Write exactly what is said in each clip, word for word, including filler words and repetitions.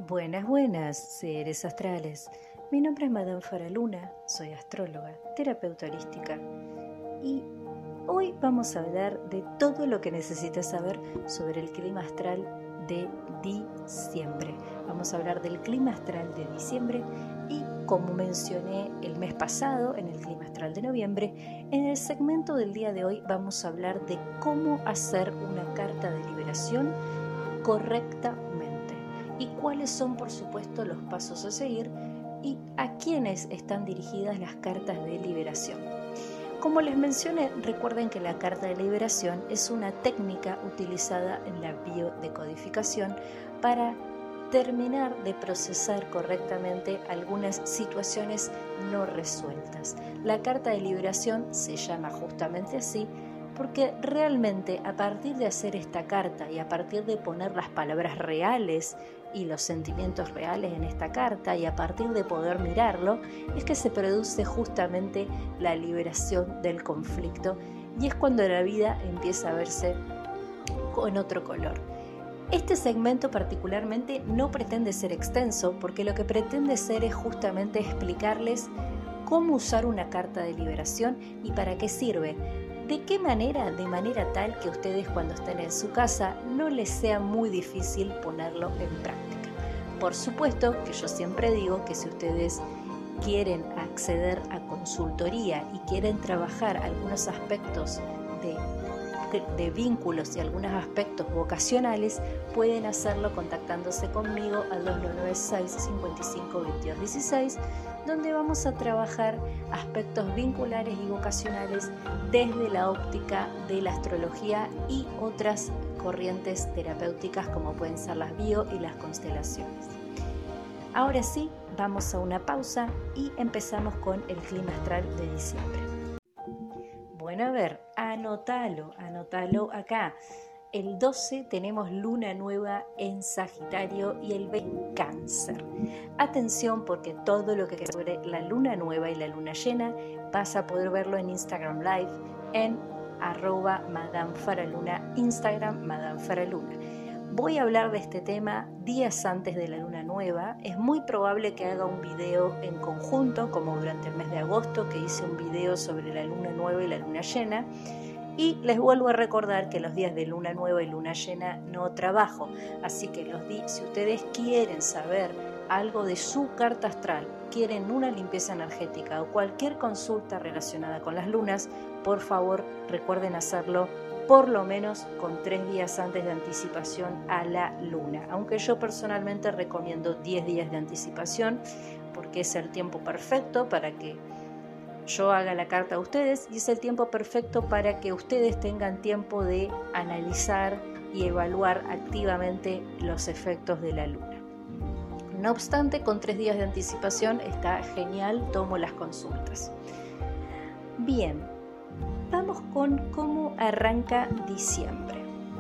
Buenas, buenas, seres astrales. Mi nombre es Madame Faraluna, soy astróloga, terapeuta holística y hoy vamos a hablar de todo lo que necesitas saber sobre el clima astral de diciembre. Vamos a hablar del clima astral de diciembre y, como mencioné el mes pasado en el clima astral de noviembre, en el segmento del día de hoy vamos a hablar de cómo hacer una carta de liberación correctamente y cuáles son, por supuesto, los pasos a seguir y a quiénes están dirigidas las cartas de liberación. Como les mencioné, recuerden que la carta de liberación es una técnica utilizada en la biodecodificación para terminar de procesar correctamente algunas situaciones no resueltas. La carta de liberación se llama justamente así porque realmente a partir de hacer esta carta y a partir de poner las palabras reales y los sentimientos reales en esta carta y a partir de poder mirarlo, es que se produce justamente la liberación del conflicto y es cuando la vida empieza a verse con otro color. Este segmento particularmente no pretende ser extenso porque lo que pretende ser es justamente explicarles cómo usar una carta de liberación y para qué sirve. ¿De qué manera? De manera tal que ustedes cuando estén en su casa no les sea muy difícil ponerlo en práctica. Por supuesto que yo siempre digo que si ustedes quieren acceder a consultoría y quieren trabajar algunos aspectos de, de vínculos y algunos aspectos vocacionales, pueden hacerlo contactándose conmigo al dos nueve nueve seis, cinco cinco, dos dos uno seis, donde vamos a trabajar aspectos vinculares y vocacionales desde la óptica de la astrología y otras corrientes terapéuticas como pueden ser las bio y las constelaciones. Ahora sí, vamos a una pausa y empezamos con el clima astral de diciembre. Bueno, a ver, anótalo, anótalo acá. El doce tenemos luna nueva en Sagitario y el veinte en Cáncer. Atención porque todo lo que quieras sobre la luna nueva y la luna llena vas a poder verlo en Instagram Live en arroba Madame Faraluna, Instagram Madame Faraluna. Voy a hablar de este tema días antes de la luna nueva. Es muy probable que haga un video en conjunto, como durante el mes de agosto, que hice un video sobre la luna nueva y la luna llena. Y les vuelvo a recordar que los días de luna nueva y luna llena no trabajo. Así que los di- si ustedes quieren saber algo de su carta astral, quieren una limpieza energética o cualquier consulta relacionada con las lunas, por favor recuerden hacerlo por lo menos con tres días antes de anticipación a la luna. Aunque yo personalmente recomiendo diez días de anticipación porque es el tiempo perfecto para que yo haga la carta a ustedes y es el tiempo perfecto para que ustedes tengan tiempo de analizar y evaluar activamente los efectos de la luna. No obstante, con tres días de anticipación está genial, tomo las consultas. Bien, vamos con cómo arranca diciembre.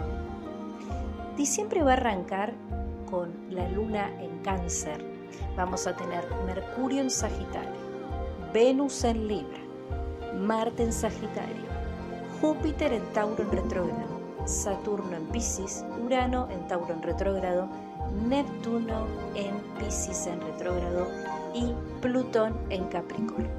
Diciembre va a arrancar con la luna en Cáncer. Vamos a tener Mercurio en Sagitario, Venus en Libra, Marte en Sagitario, Júpiter en Tauro en retrógrado, Saturno en Piscis, Urano en Tauro en retrógrado, Neptuno en Piscis en retrógrado y Plutón en Capricornio.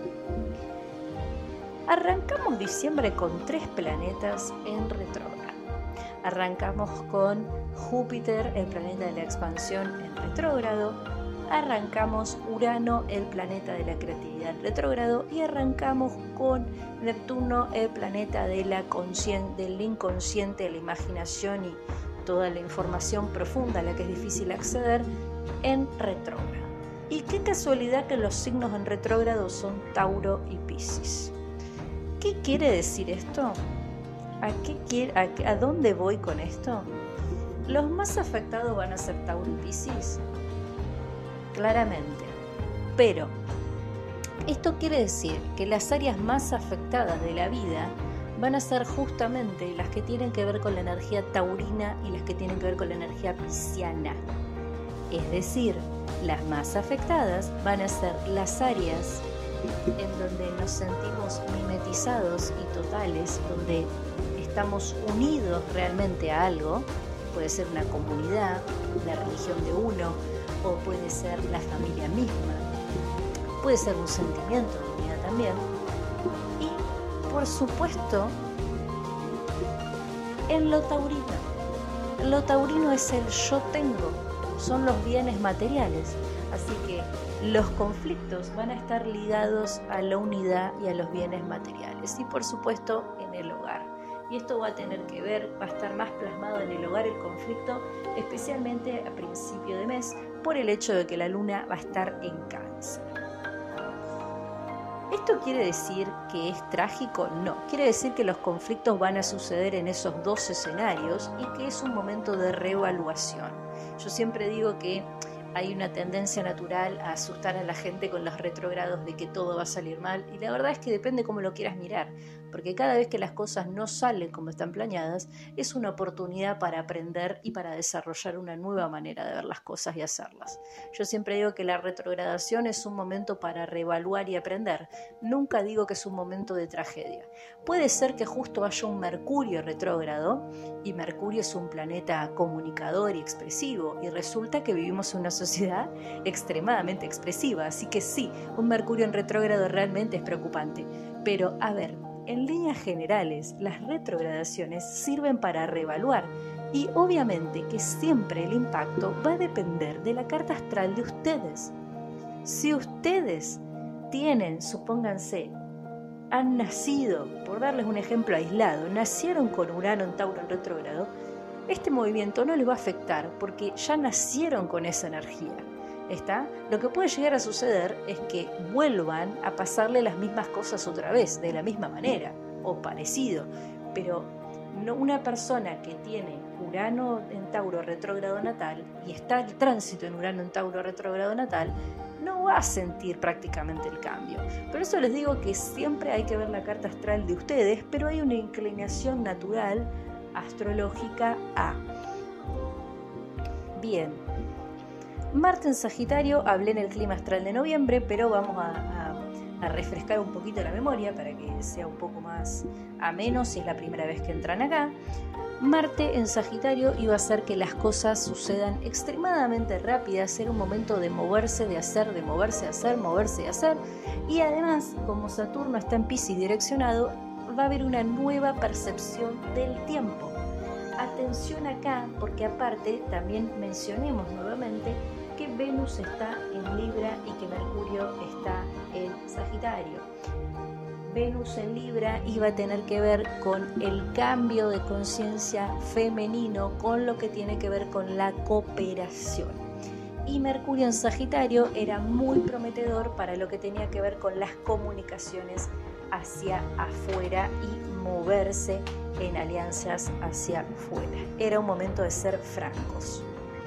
Arrancamos diciembre con tres planetas en retrógrado. Arrancamos con Júpiter, el planeta de la expansión, en retrógrado. Arrancamos Urano, el planeta de la creatividad en retrógrado, y arrancamos con Neptuno, el planeta de la conscien- del inconsciente, la imaginación y toda la información profunda a la que es difícil acceder, en retrógrado. Y qué casualidad que los signos en retrógrado son Tauro y Piscis. ¿Qué quiere decir esto? ¿A, qué quiere, a, ¿A dónde voy con esto? ¿Los más afectados van a ser Tauro y Piscis? Claramente, pero esto quiere decir que las áreas más afectadas de la vida van a ser justamente las que tienen que ver con la energía taurina y las que tienen que ver con la energía pisciana. Es decir, las más afectadas van a ser las áreas en donde nos sentimos mimetizados y totales, donde estamos unidos realmente a algo. puede ser una comunidad, la religión de uno, o puede ser la familia misma, puede ser un sentimiento de unidad también. Y, por supuesto, en lo taurino. Lo taurino es el yo tengo, son los bienes materiales. Así que los conflictos van a estar ligados a la unidad y a los bienes materiales. Y por supuesto en el hogar. Y esto va a tener que ver, va a estar más plasmado en el hogar el conflicto, especialmente a principio de mes, por el hecho de que la luna va a estar en Cáncer. ¿Esto quiere decir que es trágico? No, quiere decir que los conflictos van a suceder en esos dos escenarios y que es un momento de reevaluación. Yo siempre digo que hay una tendencia natural a asustar a la gente con los retrógrados de que todo va a salir mal, y la verdad es que depende cómo lo quieras mirar, porque cada vez que las cosas no salen como están planeadas, es una oportunidad para aprender y para desarrollar una nueva manera de ver las cosas y hacerlas. Yo siempre digo que la retrogradación es un momento para reevaluar y aprender, nunca digo que es un momento de tragedia. Puede ser que justo haya un Mercurio retrógrado, y Mercurio es un planeta comunicador y expresivo, y resulta que vivimos en una sociedad extremadamente expresiva, así que sí, un Mercurio en retrógrado realmente es preocupante. Pero, a ver, en líneas generales, las retrogradaciones sirven para reevaluar, y obviamente que siempre el impacto va a depender de la carta astral de ustedes. Si ustedes tienen, supónganse, han nacido, por darles un ejemplo aislado, nacieron con Urano en Tauro en retrógrado, este movimiento no les va a afectar porque ya nacieron con esa energía. ¿Está? Lo que puede llegar a suceder es que vuelvan a pasarle las mismas cosas otra vez, de la misma manera, o parecido. Pero no, una persona que tiene Urano en Tauro retrógrado natal y está el tránsito en Urano en Tauro retrógrado natal, no va a sentir prácticamente el cambio. Por eso les digo que siempre hay que ver la carta astral de ustedes, pero hay una inclinación natural astrológica a. Bien, Marte en Sagitario, hablé en el clima astral de noviembre, pero vamos a, a, a refrescar un poquito la memoria para que sea un poco más ameno si es la primera vez que entran acá. Marte en Sagitario iba a hacer que las cosas sucedan extremadamente rápidas, era un momento de moverse, de hacer, de moverse, de hacer, moverse, de hacer, y además, como Saturno está en Piscis direccionado, va a haber una nueva percepción del tiempo. Atención acá, porque aparte también mencionemos nuevamente que Venus está en Libra y que Mercurio está en Sagitario. Venus en Libra iba a tener que ver con el cambio de conciencia femenino, con lo que tiene que ver con la cooperación. Y Mercurio en Sagitario era muy prometedor para lo que tenía que ver con las comunicaciones hacia afuera y moverse en alianzas hacia afuera. Era un momento de ser francos.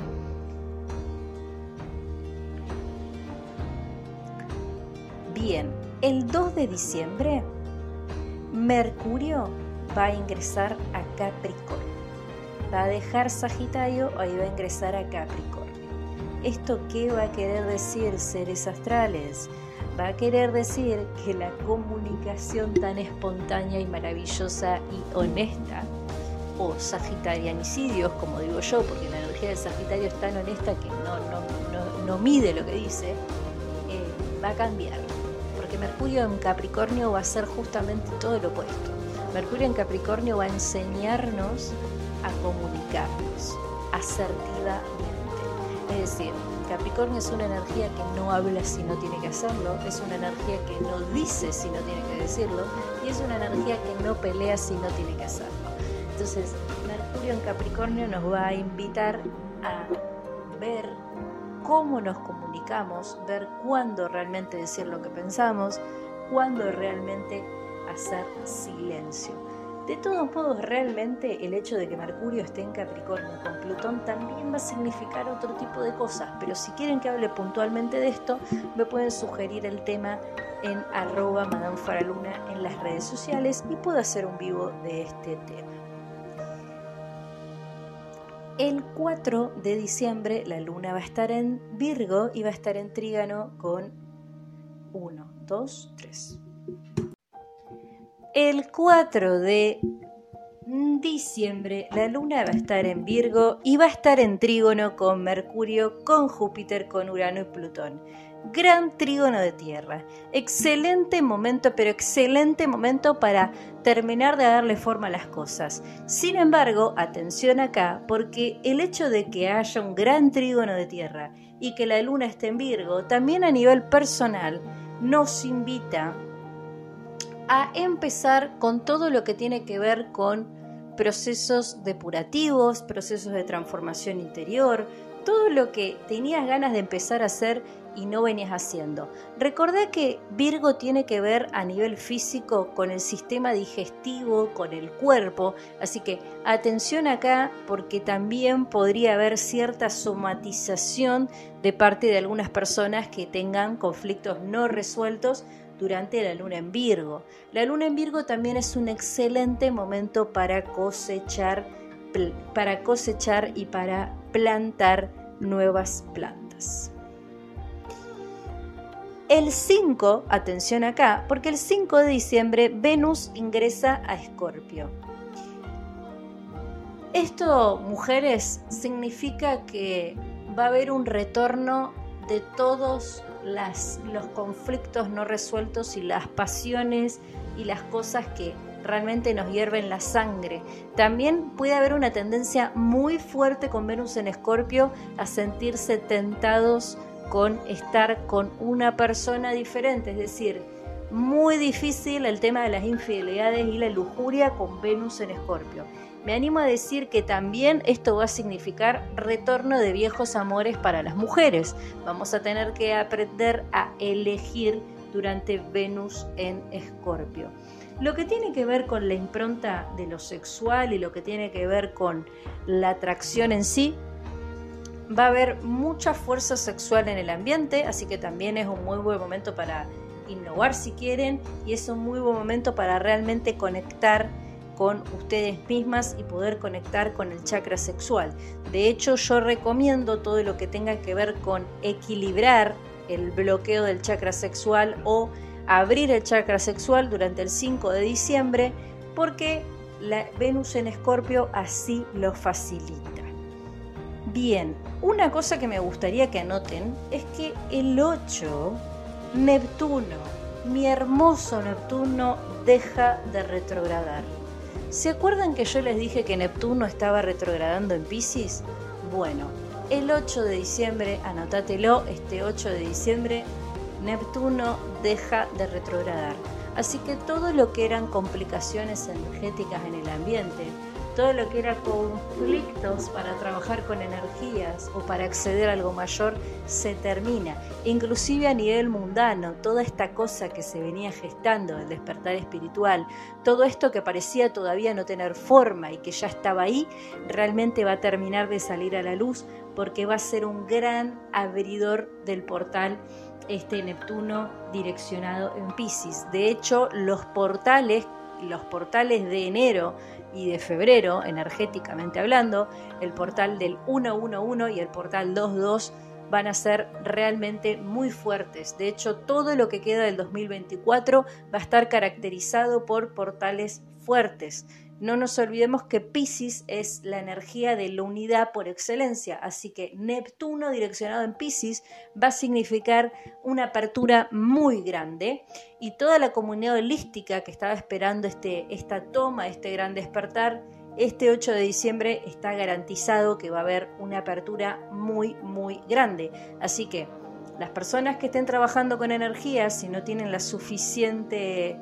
Bien, el dos de diciembre, Mercurio va a ingresar a Capricornio. Va a dejar Sagitario y va a ingresar a Capricornio. ¿Esto qué va a querer decir, seres astrales? Va a querer decir que la comunicación tan espontánea y maravillosa y honesta, o sagitarianicidios, como digo yo, porque la energía del Sagitario es tan honesta que no, no, no, no mide lo que dice, eh, va a cambiar. Porque Mercurio en Capricornio va a ser justamente todo lo opuesto. Mercurio en Capricornio va a enseñarnos a comunicarnos asertivamente. Es decir, Capricornio es una energía que no habla si no tiene que hacerlo, es una energía que no dice si no tiene que decirlo, y es una energía que no pelea si no tiene que hacerlo. Entonces, Mercurio en Capricornio nos va a invitar a ver cómo nos comunicamos, ver cuándo realmente decir lo que pensamos, cuándo realmente hacer silencio. De todos modos, realmente el hecho de que Mercurio esté en Capricornio con Plutón también va a significar otro tipo de cosas, pero si quieren que hable puntualmente de esto, me pueden sugerir el tema en arroba Madame Faraluna en las redes sociales y puedo hacer un vivo de este tema. El cuatro de diciembre la luna va a estar en Virgo y va a estar en Trígono con uno, dos, tres. El cuatro de diciembre, la luna va a estar en Virgo y va a estar en trígono con Mercurio, con Júpiter, con Urano y Plutón. Gran trígono de tierra. Excelente momento, pero excelente momento para terminar de darle forma a las cosas. Sin embargo, atención acá, porque el hecho de que haya un gran trígono de tierra y que la luna esté en Virgo, también a nivel personal nos invita a empezar con todo lo que tiene que ver con procesos depurativos, procesos de transformación interior, todo lo que tenías ganas de empezar a hacer y no venías haciendo. Recordá que Virgo tiene que ver a nivel físico con el sistema digestivo, con el cuerpo, así que atención acá porque también podría haber cierta somatización de parte de algunas personas que tengan conflictos no resueltos durante la luna en Virgo. La luna en Virgo también es un excelente momento para cosechar, para cosechar y para plantar nuevas plantas. El cinco, atención acá, porque el cinco de diciembre Venus ingresa a Escorpio. Esto, mujeres, significa que va a haber un retorno de todos las, los conflictos no resueltos y las pasiones y las cosas que realmente nos hierven la sangre. También puede haber una tendencia muy fuerte con Venus en Escorpio a sentirse tentados con estar con una persona diferente, es decir, muy difícil el tema de las infidelidades y la lujuria con Venus en Escorpio. Me animo a decir que también esto va a significar retorno de viejos amores para las mujeres. Vamos a tener que aprender a elegir durante Venus en Escorpio. Lo que tiene que ver con la impronta de lo sexual y lo que tiene que ver con la atracción en sí, va a haber mucha fuerza sexual en el ambiente, así que también es un muy buen momento para innovar si quieren y es un muy buen momento para realmente conectar con ustedes mismas y poder conectar con el chakra sexual. De hecho, yo recomiendo todo lo que tenga que ver con equilibrar el bloqueo del chakra sexual o abrir el chakra sexual durante el cinco de diciembre porque la Venus en Escorpio así lo facilita. Bien, una cosa que me gustaría que anoten es que el ocho, Neptuno, mi hermoso Neptuno, deja de retrogradar. ¿Se acuerdan que yo les dije que Neptuno estaba retrogradando en Piscis? Bueno, el ocho de diciembre, anótatelo, este ocho de diciembre, Neptuno deja de retrogradar. Así que todo lo que eran complicaciones energéticas en el ambiente, todo lo que era conflictos para trabajar con energías o para acceder a algo mayor, se termina. Inclusive a nivel mundano, toda esta cosa que se venía gestando, el despertar espiritual, todo esto que parecía todavía no tener forma y que ya estaba ahí, realmente va a terminar de salir a la luz porque va a ser un gran abridor del portal este Neptuno direccionado en Piscis. De hecho, los portales, los portales de enero y de febrero, energéticamente hablando, el portal del uno uno uno y el portal dos dos van a ser realmente muy fuertes. De hecho, todo lo que queda del dos mil veinticuatro va a estar caracterizado por portales fuertes. No nos olvidemos que Piscis es la energía de la unidad por excelencia, así que Neptuno direccionado en Piscis va a significar una apertura muy grande y toda la comunidad holística que estaba esperando este, esta toma, este gran despertar, este ocho de diciembre está garantizado que va a haber una apertura muy, muy grande. Así que las personas que estén trabajando con energías, si no tienen la suficiente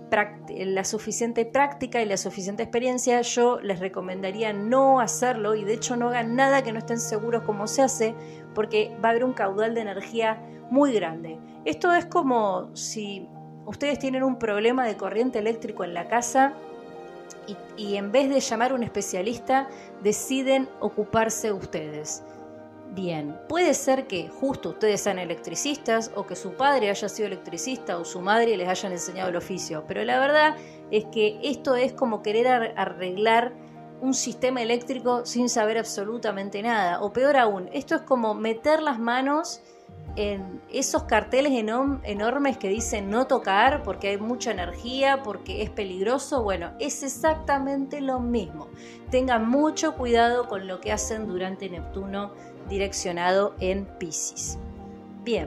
la suficiente práctica y la suficiente experiencia, yo les recomendaría no hacerlo y de hecho no hagan nada que no estén seguros cómo se hace porque va a haber un caudal de energía muy grande. Esto es como si ustedes tienen un problema de corriente eléctrico en la casa y, y en vez de llamar a un especialista deciden ocuparse ustedes. Bien, puede ser que justo ustedes sean electricistas o que su padre haya sido electricista o su madre les hayan enseñado el oficio, pero la verdad es que esto es como querer arreglar un sistema eléctrico sin saber absolutamente nada, o peor aún, esto es como meter las manos en esos carteles enom- enormes que dicen no tocar porque hay mucha energía, porque es peligroso. Bueno, es exactamente lo mismo. Tengan mucho cuidado con lo que hacen durante Neptuno direccionado en Piscis. Bien.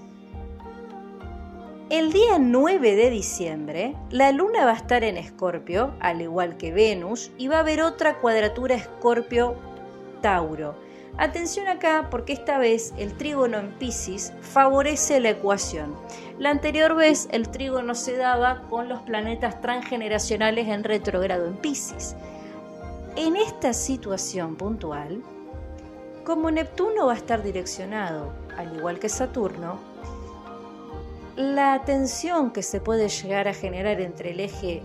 El día nueve de diciembre, la luna va a estar en Escorpio, al igual que Venus, y va a haber otra cuadratura Escorpio-Tauro. Atención acá porque esta vez el trígono en Piscis favorece la ecuación. La anterior vez el trígono se daba con los planetas transgeneracionales en retrógrado en Piscis. En esta situación puntual, como Neptuno va a estar direccionado, al igual que Saturno, la tensión que se puede llegar a generar entre el eje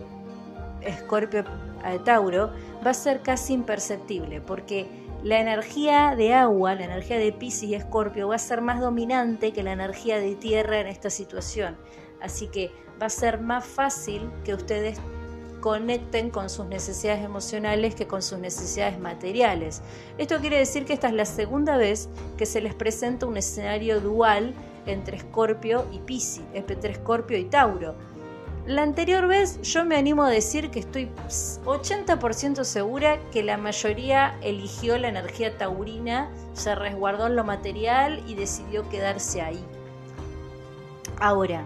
Escorpio-Tauro va a ser casi imperceptible, porque la energía de agua, la energía de Piscis y Escorpio va a ser más dominante que la energía de Tierra en esta situación. Así que va a ser más fácil que ustedes conecten con sus necesidades emocionales que con sus necesidades materiales. Esto quiere decir que esta es la segunda vez que se les presenta un escenario dual entre Escorpio y Piscis, entre Escorpio y Tauro. La anterior vez yo me animo a decir que estoy ochenta por ciento segura que la mayoría eligió la energía taurina, se resguardó en lo material y decidió quedarse ahí. Ahora,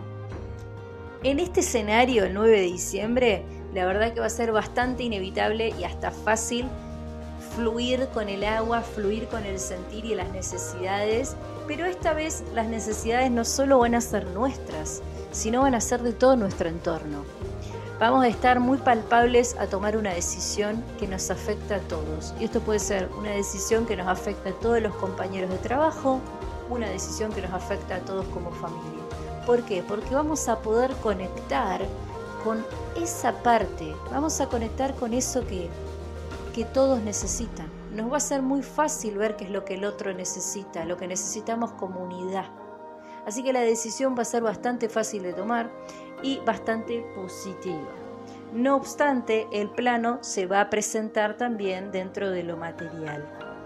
en este escenario, el nueve de diciembre, la verdad que va a ser bastante inevitable y hasta fácil fluir con el agua, fluir con el sentir y las necesidades, pero esta vez las necesidades no solo van a ser nuestras, sino van a ser de todo nuestro entorno. Vamos a estar muy palpables a tomar una decisión que nos afecta a todos. Y esto puede ser una decisión que nos afecta a todos los compañeros de trabajo, una decisión que nos afecta a todos como familia. ¿Por qué? Porque vamos a poder conectar con esa parte, vamos a conectar con eso que, que todos necesitan. Nos va a ser muy fácil ver qué es lo que el otro necesita, lo que necesitamos como unidad. Así que la decisión va a ser bastante fácil de tomar y bastante positiva. No obstante, el plano se va a presentar también dentro de lo material.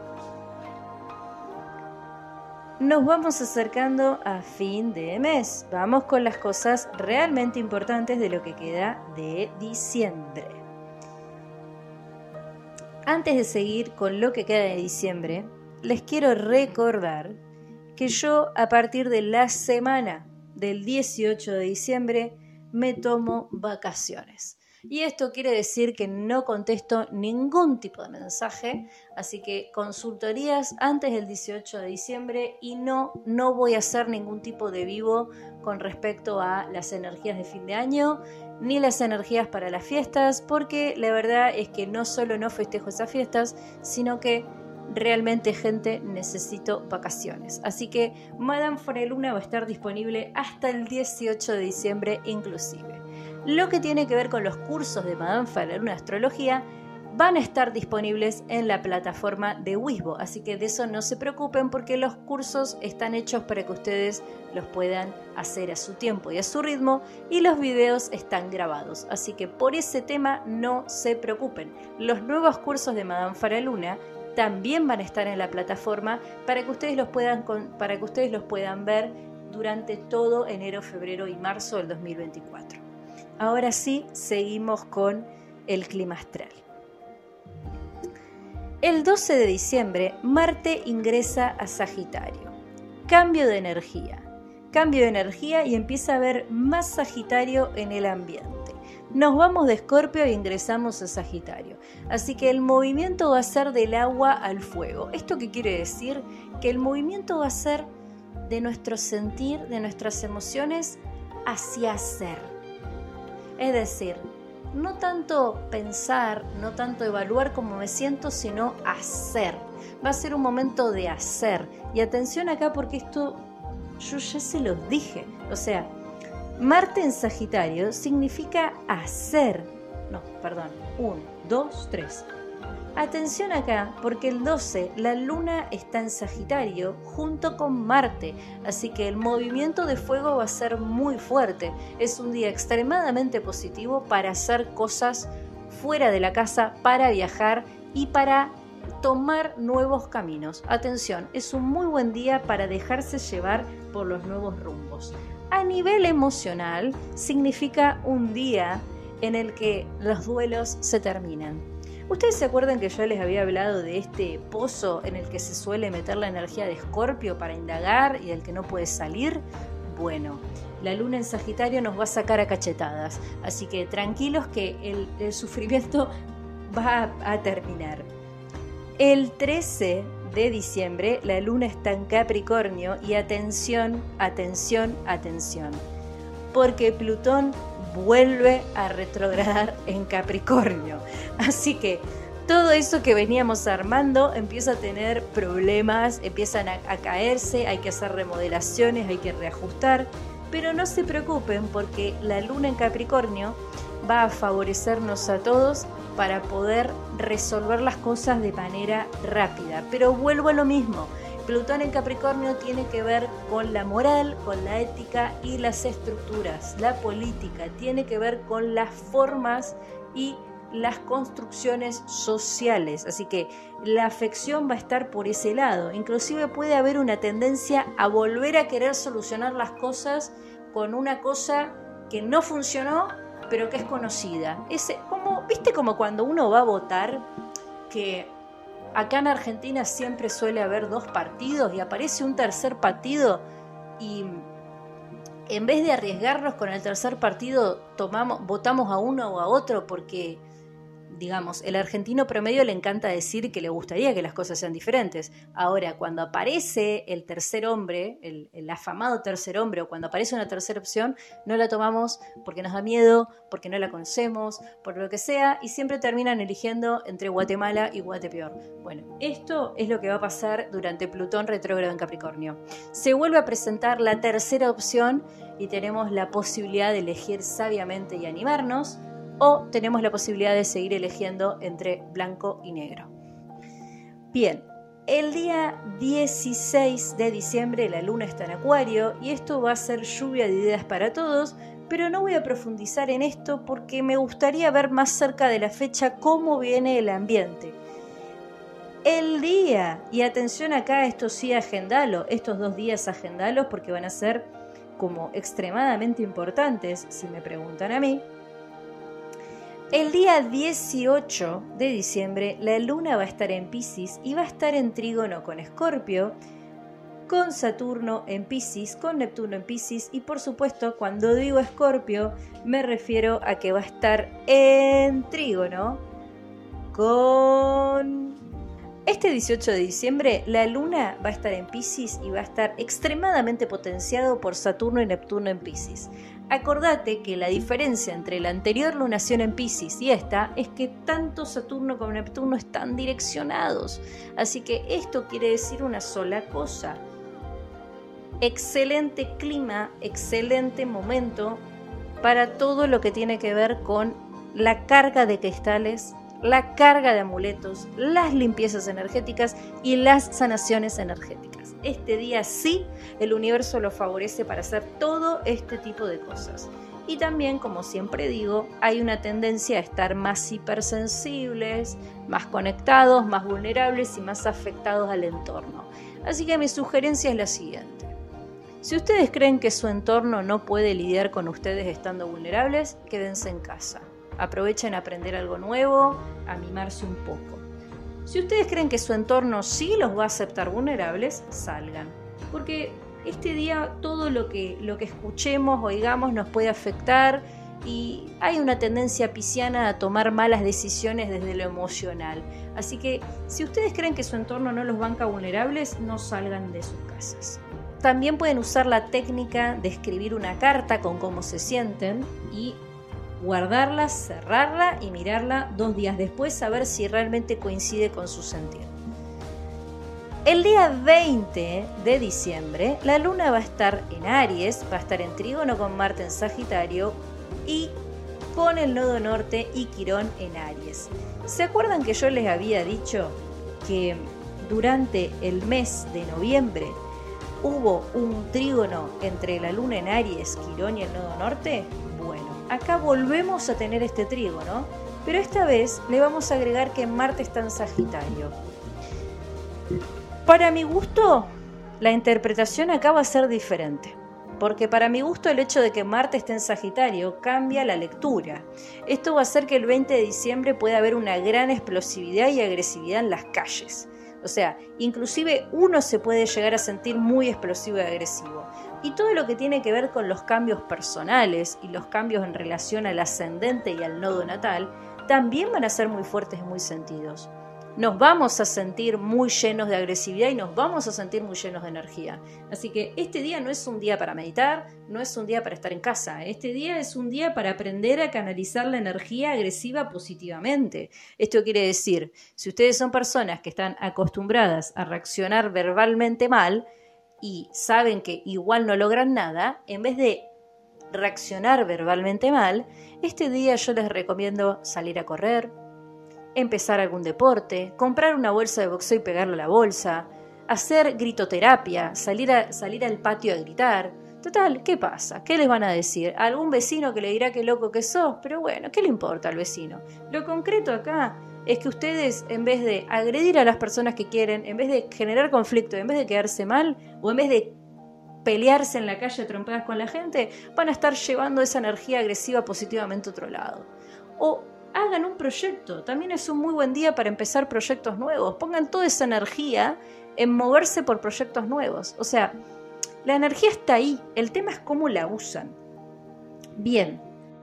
Nos vamos acercando a fin de mes. Vamos con las cosas realmente importantes de lo que queda de diciembre. Antes de seguir con lo que queda de diciembre, les quiero recordar que yo a partir de la semana del dieciocho de diciembre me tomo vacaciones. Y esto quiere decir que no contesto ningún tipo de mensaje, así que consultorías antes del dieciocho de diciembre y no, no voy a hacer ningún tipo de vivo con respecto a las energías de fin de año, ni las energías para las fiestas, porque la verdad es que no solo no festejo esas fiestas, sino que realmente, gente, necesito vacaciones. Así que Madame Foraluna va a estar disponible hasta el dieciocho de diciembre inclusive. Lo que tiene que ver con los cursos de Madame Foraluna de Astrología van a estar disponibles en la plataforma de Wisbo, así que de eso no se preocupen porque los cursos están hechos para que ustedes los puedan hacer a su tiempo y a su ritmo y los videos están grabados, así que por ese tema no se preocupen. Los nuevos cursos de Madame Foraluna también van a estar en la plataforma para que ustedes los puedan, para que ustedes los puedan ver durante todo enero, febrero y marzo del dos mil veinticuatro. Ahora sí, seguimos con el clima astral. El doce de diciembre, Marte ingresa a Sagitario. Cambio de energía. Cambio de energía y empieza a haber más Sagitario en el ambiente. Nos vamos de Escorpio e ingresamos a Sagitario. Así que el movimiento va a ser del agua al fuego. ¿Esto qué quiere decir? Que el movimiento va a ser de nuestro sentir, de nuestras emociones hacia hacer. Es decir, no tanto pensar, no tanto evaluar cómo me siento, sino hacer. Va a ser un momento de hacer. Y atención acá porque esto yo ya se los dije. O sea, Marte en Sagitario significa hacer. No, perdón. Uno, dos, tres. Atención acá, porque el doce la luna está en Sagitario junto con Marte, así que el movimiento de fuego va a ser muy fuerte. Es un día extremadamente positivo para hacer cosas fuera de la casa, para viajar y para tomar nuevos caminos. Atención, es un muy buen día para dejarse llevar por los nuevos rumbos. A nivel emocional, significa un día en el que los duelos se terminan. ¿Ustedes se acuerdan que yo les había hablado de este pozo en el que se suele meter la energía de Escorpio para indagar y del que no puede salir? Bueno, la luna en Sagitario nos va a sacar a cachetadas, así que tranquilos que el, el sufrimiento va a, a terminar. El trece de diciembre la luna está en Capricornio y atención, atención, atención, porque Plutón vuelve a retrogradar en Capricornio. Así que todo eso que veníamos armando empieza a tener problemas, empiezan a, a caerse, hay que hacer remodelaciones, hay que reajustar, pero no se preocupen porque la luna en Capricornio va a favorecernos a todos para poder resolver las cosas de manera rápida. Pero vuelvo a lo mismo. Plutón en Capricornio tiene que ver con la moral, con la ética y las estructuras, la política, tiene que ver con las formas y las construcciones sociales, así que la afección va a estar por ese lado. Inclusive puede haber una tendencia a volver a querer solucionar las cosas con una cosa que no funcionó, pero que es conocida. Ese, como, ¿viste como cuando uno va a votar que acá en Argentina siempre suele haber dos partidos y aparece un tercer partido y en vez de arriesgarnos con el tercer partido tomamos, votamos a uno o a otro porque, digamos, el argentino promedio le encanta decir que le gustaría que las cosas sean diferentes. Ahora, cuando aparece el tercer hombre, el, el afamado tercer hombre, o cuando aparece una tercera opción, no la tomamos porque nos da miedo, porque no la conocemos, por lo que sea, y siempre terminan eligiendo entre Guatemala y Guatepeor. Bueno, esto es lo que va a pasar durante Plutón retrógrado en Capricornio. Se vuelve a presentar la tercera opción y tenemos la posibilidad de elegir sabiamente y animarnos, o tenemos la posibilidad de seguir eligiendo entre blanco y negro. Bien, el día dieciséis de diciembre la luna está en Acuario y esto va a ser lluvia de ideas para todos, pero no voy a profundizar en esto porque me gustaría ver más cerca de la fecha cómo viene el ambiente. El día, y atención acá, esto sí agendalo, estos dos días agendalos porque van a ser como extremadamente importantes, si me preguntan a mí. El día dieciocho de diciembre la luna va a estar en Piscis y va a estar en trígono con Escorpio, con Saturno en Piscis, con Neptuno en Piscis y por supuesto cuando digo Escorpio me refiero a que va a estar en trígono con... Este dieciocho de diciembre la luna va a estar en Piscis y va a estar extremadamente potenciado por Saturno y Neptuno en Piscis. Acordate que la diferencia entre la anterior lunación en Piscis y esta es que tanto Saturno como Neptuno están direccionados. Así que esto quiere decir una sola cosa. Excelente clima, excelente momento para todo lo que tiene que ver con la carga de cristales, la carga de amuletos, las limpiezas energéticas y las sanaciones energéticas. Este día sí, el universo lo favorece para hacer todo este tipo de cosas. Y también, como siempre digo, hay una tendencia a estar más hipersensibles, más conectados, más vulnerables y más afectados al entorno. Así que mi sugerencia es la siguiente. Si ustedes creen que su entorno no puede lidiar con ustedes estando vulnerables, quédense en casa. Aprovechen a aprender algo nuevo, a mimarse un poco. Si ustedes creen que su entorno sí los va a aceptar vulnerables, salgan. Porque este día todo lo que, lo que escuchemos, oigamos, nos puede afectar y hay una tendencia pisciana a tomar malas decisiones desde lo emocional. Así que si ustedes creen que su entorno no los banca vulnerables, no salgan de sus casas. También pueden usar la técnica de escribir una carta con cómo se sienten y guardarla, cerrarla y mirarla dos días después a ver si realmente coincide con su sentir. El día veinte de diciembre la luna va a estar en Aries, va a estar en trígono con Marte en Sagitario y con el nodo norte y Quirón en Aries. ¿Se acuerdan que yo les había dicho que durante el mes de noviembre hubo un trígono entre la luna en Aries, Quirón y el nodo norte? Bueno, acá volvemos a tener este trígono, pero esta vez le vamos a agregar que Marte está en Sagitario. Para mi gusto, la interpretación acá va a ser diferente. Porque para mi gusto el hecho de que Marte esté en Sagitario cambia la lectura. Esto va a hacer que el veinte de diciembre pueda haber una gran explosividad y agresividad en las calles. O sea, inclusive uno se puede llegar a sentir muy explosivo y agresivo. Y todo lo que tiene que ver con los cambios personales y los cambios en relación al ascendente y al nodo natal, también van a ser muy fuertes y muy sentidos. Nos vamos a sentir muy llenos de agresividad y nos vamos a sentir muy llenos de energía. Así que este día no es un día para meditar, no es un día para estar en casa. Este día es un día para aprender a canalizar la energía agresiva positivamente. Esto quiere decir, si ustedes son personas que están acostumbradas a reaccionar verbalmente mal y saben que igual no logran nada, en vez de reaccionar verbalmente mal, este día yo les recomiendo salir a correr, empezar algún deporte, comprar una bolsa de boxeo y pegarle a la bolsa, hacer gritoterapia, salir, a, salir al patio a gritar. Total, ¿qué pasa? ¿Qué les van a decir? ¿Algún vecino que le dirá qué loco que sos? Pero bueno, ¿qué le importa al vecino? Lo concreto acá es que ustedes, en vez de agredir a las personas que quieren, en vez de generar conflicto, en vez de quedarse mal, o en vez de pelearse en la calle a trompadas con la gente, van a estar llevando esa energía agresiva positivamente a otro lado. O hagan un proyecto, también es un muy buen día para empezar proyectos nuevos. Pongan toda esa energía en moverse por proyectos nuevos. O sea, la energía está ahí, el tema es cómo la usan. Bien.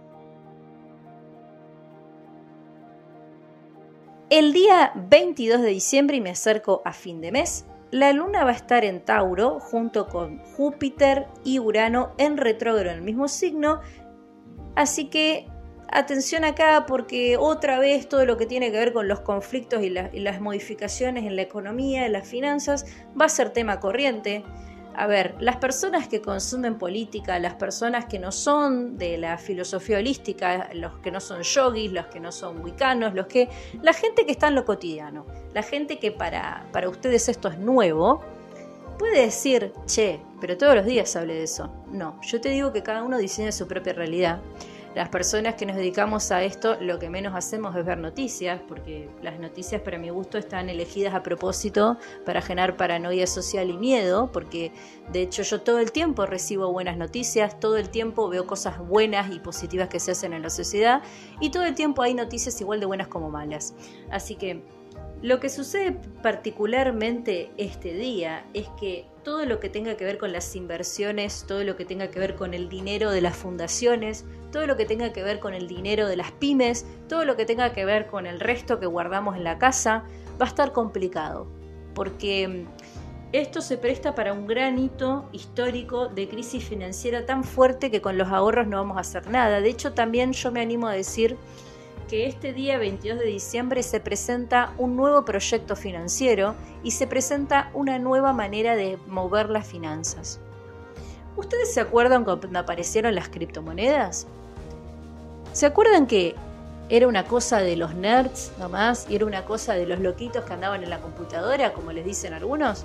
El día veintidós de diciembre, y me acerco a fin de mes, la luna va a estar en Tauro junto con Júpiter y Urano en retrógrado en el mismo signo, así que atención acá porque otra vez todo lo que tiene que ver con los conflictos y, la, y las modificaciones en la economía, en las finanzas, va a ser tema corriente. A ver, las personas que consumen política, las personas que no son de la filosofía holística, los que no son yogis, los que no son wiccanos, los que, la gente que está en lo cotidiano, la gente que para, para ustedes esto es nuevo, puede decir, che, pero todos los días hable de eso. No, yo te digo que cada uno diseña su propia realidad. Las personas que nos dedicamos a esto, lo que menos hacemos es ver noticias, porque las noticias para mi gusto están elegidas a propósito para generar paranoia social y miedo, porque de hecho yo todo el tiempo recibo buenas noticias, todo el tiempo veo cosas buenas y positivas que se hacen en la sociedad, y todo el tiempo hay noticias igual de buenas como malas. Así que lo que sucede particularmente este día es que todo lo que tenga que ver con las inversiones, todo lo que tenga que ver con el dinero de las fundaciones, todo lo que tenga que ver con el dinero de las pymes, todo lo que tenga que ver con el resto que guardamos en la casa, va a estar complicado, porque esto se presta para un gran hito histórico de crisis financiera tan fuerte que con los ahorros no vamos a hacer nada. De hecho, también yo me animo a decir que este día veintidós de diciembre se presenta un nuevo proyecto financiero y se presenta una nueva manera de mover las finanzas. ¿Ustedes se acuerdan cuando aparecieron las criptomonedas? ¿Se acuerdan que era una cosa de los nerds nomás y era una cosa de los loquitos que andaban en la computadora, como les dicen algunos?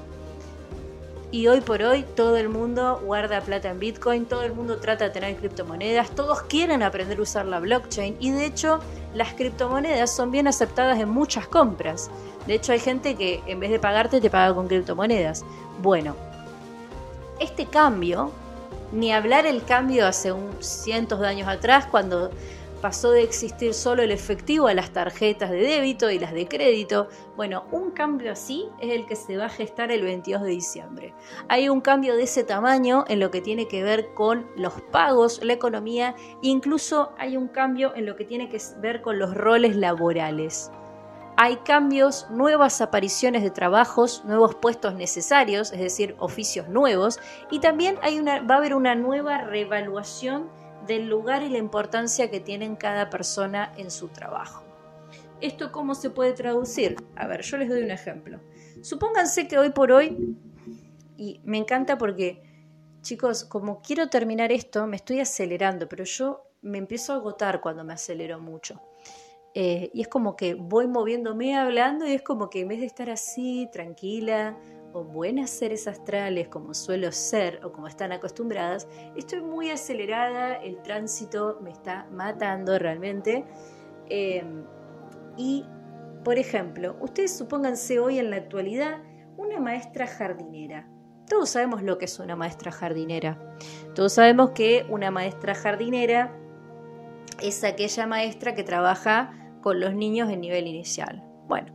Y hoy por hoy todo el mundo guarda plata en Bitcoin, todo el mundo trata de tener criptomonedas, todos quieren aprender a usar la blockchain y de hecho las criptomonedas son bien aceptadas en muchas compras. De hecho hay gente que en vez de pagarte te paga con criptomonedas. Bueno, este cambio, ni hablar el cambio hace un cientos de años atrás cuando pasó de existir solo el efectivo a las tarjetas de débito y las de crédito. Bueno, un cambio así es el que se va a gestar el veintidós de diciembre. Hay un cambio de ese tamaño en lo que tiene que ver con los pagos, la economía, e incluso hay un cambio en lo que tiene que ver con los roles laborales. Hay cambios, nuevas apariciones de trabajos, nuevos puestos necesarios, es decir, oficios nuevos, y también hay una, va a haber una nueva reevaluación del lugar y la importancia que tiene cada persona en su trabajo. ¿Esto cómo se puede traducir? A ver, yo les doy un ejemplo. Supónganse que hoy por hoy, y me encanta porque, chicos, como quiero terminar esto, me estoy acelerando, pero yo me empiezo a agotar cuando me acelero mucho. Eh, y es como que voy moviéndome hablando y es como que en vez de estar así, tranquila, o buenas seres astrales como suelo ser o como están acostumbradas, estoy muy acelerada, el tránsito me está matando realmente. Eh, y, por ejemplo, ustedes supónganse hoy en la actualidad una maestra jardinera. Todos sabemos lo que es una maestra jardinera. Todos sabemos que una maestra jardinera es aquella maestra que trabaja con los niños en nivel inicial. Bueno,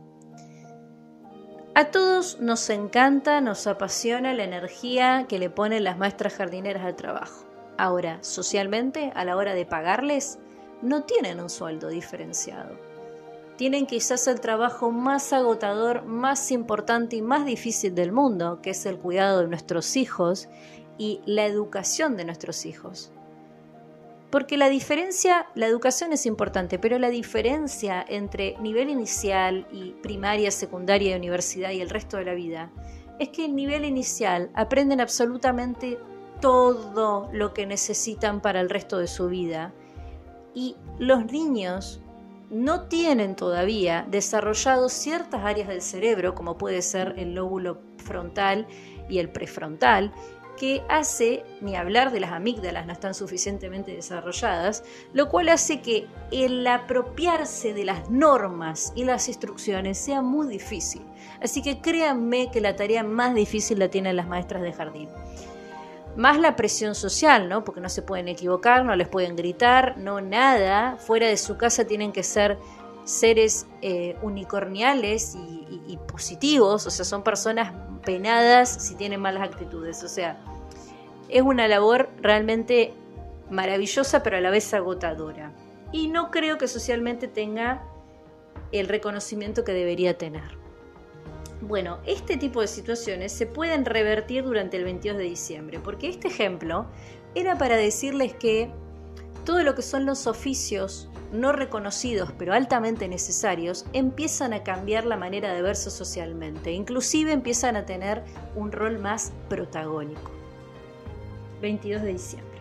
a todos nos encanta, nos apasiona la energía que le ponen las maestras jardineras al trabajo. Ahora, socialmente, a la hora de pagarles, no tienen un sueldo diferenciado. Tienen quizás el trabajo más agotador, más importante y más difícil del mundo, que es el cuidado de nuestros hijos y la educación de nuestros hijos. Porque la diferencia, la educación es importante, pero la diferencia entre nivel inicial y primaria, secundaria y universidad y el resto de la vida, es que en nivel inicial aprenden absolutamente todo lo que necesitan para el resto de su vida. Y los niños no tienen todavía desarrollado ciertas áreas del cerebro, como puede ser el lóbulo frontal y el prefrontal, que hace, ni hablar de las amígdalas, no están suficientemente desarrolladas, lo cual hace que el apropiarse de las normas y las instrucciones sea muy difícil. Así que créanme que la tarea más difícil la tienen las maestras de jardín. Más la presión social, ¿no? Porque no se pueden equivocar, no les pueden gritar, no nada. Fuera de su casa tienen que ser seres eh, unicorniales y, y, y positivos, o sea, son personas penadas si tienen malas actitudes. O sea, es una labor realmente maravillosa, pero a la vez agotadora. Y no creo que socialmente tenga el reconocimiento que debería tener. Bueno, este tipo de situaciones se pueden revertir durante el veintidós de diciembre, porque este ejemplo era para decirles que todo lo que son los oficios no reconocidos pero altamente necesarios empiezan a cambiar la manera de verse socialmente, inclusive empiezan a tener un rol más protagónico. veintidós de diciembre.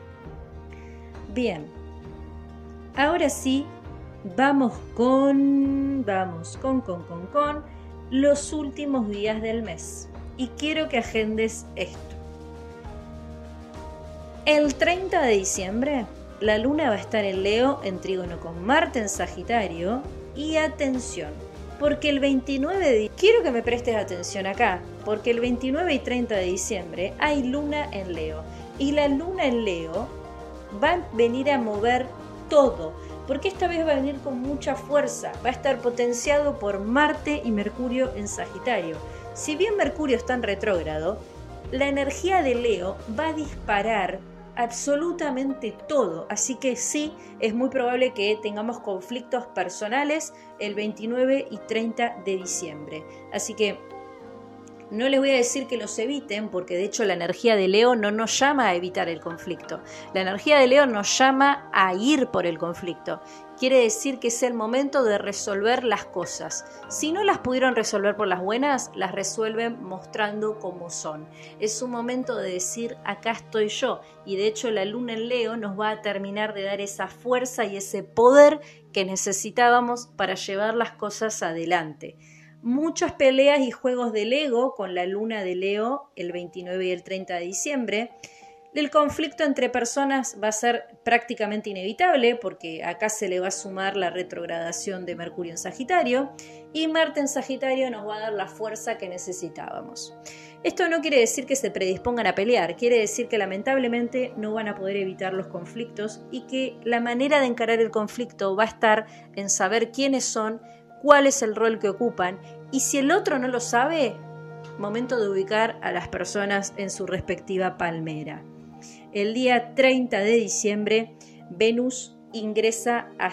Bien, ahora sí, vamos con, vamos con, con, con, con los últimos días del mes. Y quiero que agendes esto. El treinta de diciembre, la luna va a estar en Leo en trígono con Marte en Sagitario. Y atención, porque el veintinueve de diciembre, quiero que me prestes atención acá, porque el veintinueve y treinta de diciembre hay luna en Leo. Y la luna en Leo va a venir a mover todo, porque esta vez va a venir con mucha fuerza, va a estar potenciado por Marte y Mercurio en Sagitario. Si bien Mercurio está en retrógrado, la energía de Leo va a disparar absolutamente todo, así que sí, es muy probable que tengamos conflictos personales el veintinueve y treinta de diciembre. Así que no les voy a decir que los eviten, porque de hecho la energía de Leo no nos llama a evitar el conflicto. La energía de Leo nos llama a ir por el conflicto. Quiere decir que es el momento de resolver las cosas. Si no las pudieron resolver por las buenas, las resuelven mostrando cómo son. Es un momento de decir, acá estoy yo. Y de hecho la luna en Leo nos va a terminar de dar esa fuerza y ese poder que necesitábamos para llevar las cosas adelante. Muchas peleas y juegos del ego con la luna de Leo el veintinueve y el treinta de diciembre. El conflicto entre personas va a ser prácticamente inevitable porque acá se le va a sumar la retrogradación de Mercurio en Sagitario y Marte en Sagitario nos va a dar la fuerza que necesitábamos. Esto no quiere decir que se predispongan a pelear, quiere decir que lamentablemente no van a poder evitar los conflictos y que la manera de encarar el conflicto va a estar en saber quiénes son, cuál es el rol que ocupan y si el otro no lo sabe, momento de ubicar a las personas en su respectiva palmera. El día treinta de diciembre, Venus ingresa a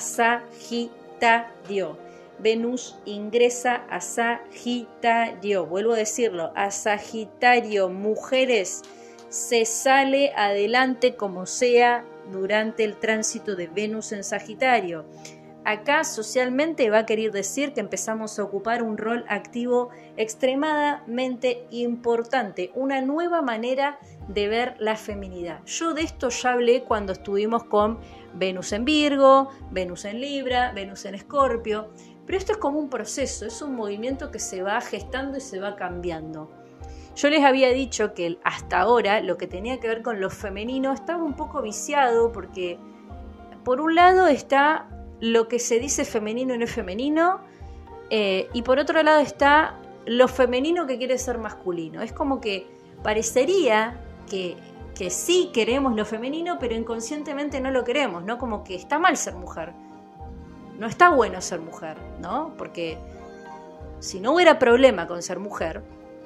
Sagitario. Venus ingresa a Sagitario. Vuelvo a decirlo, a Sagitario. Mujeres, se sale adelante como sea durante el tránsito de Venus en Sagitario. Acá socialmente va a querer decir que empezamos a ocupar un rol activo extremadamente importante, una nueva manera de ver la feminidad. Yo de esto ya hablé cuando estuvimos con Venus en Virgo, Venus en Libra, Venus en Escorpio, pero esto es como un proceso, es un movimiento que se va gestando y se va cambiando. Yo les había dicho que hasta ahora lo que tenía que ver con lo femenino estaba un poco viciado porque por un lado está lo que se dice femenino y no femenino, eh, y por otro lado está lo femenino que quiere ser masculino. Es como que parecería que, que sí queremos lo femenino, pero inconscientemente no lo queremos, ¿no? Como que está mal ser mujer. No está bueno ser mujer, ¿no? Porque si no hubiera problema con ser mujer,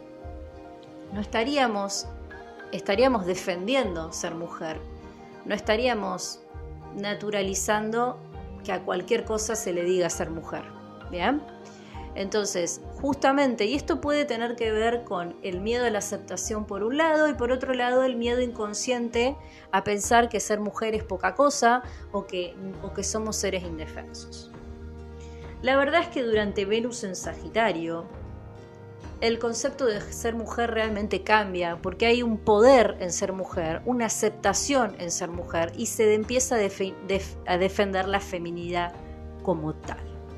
no estaríamos, estaríamos defendiendo ser mujer. No estaríamos naturalizando que a cualquier cosa se le diga ser mujer. ¿Bien? Entonces, justamente, y esto puede tener que ver con el miedo a la aceptación por un lado y por otro lado el miedo inconsciente a pensar que ser mujer es poca cosa o que, o que somos seres indefensos. La verdad es que durante Venus en Sagitario, el concepto de ser mujer realmente cambia porque hay un poder en ser mujer, una aceptación en ser mujer y se empieza a, defi- def- a defender la feminidad como tal.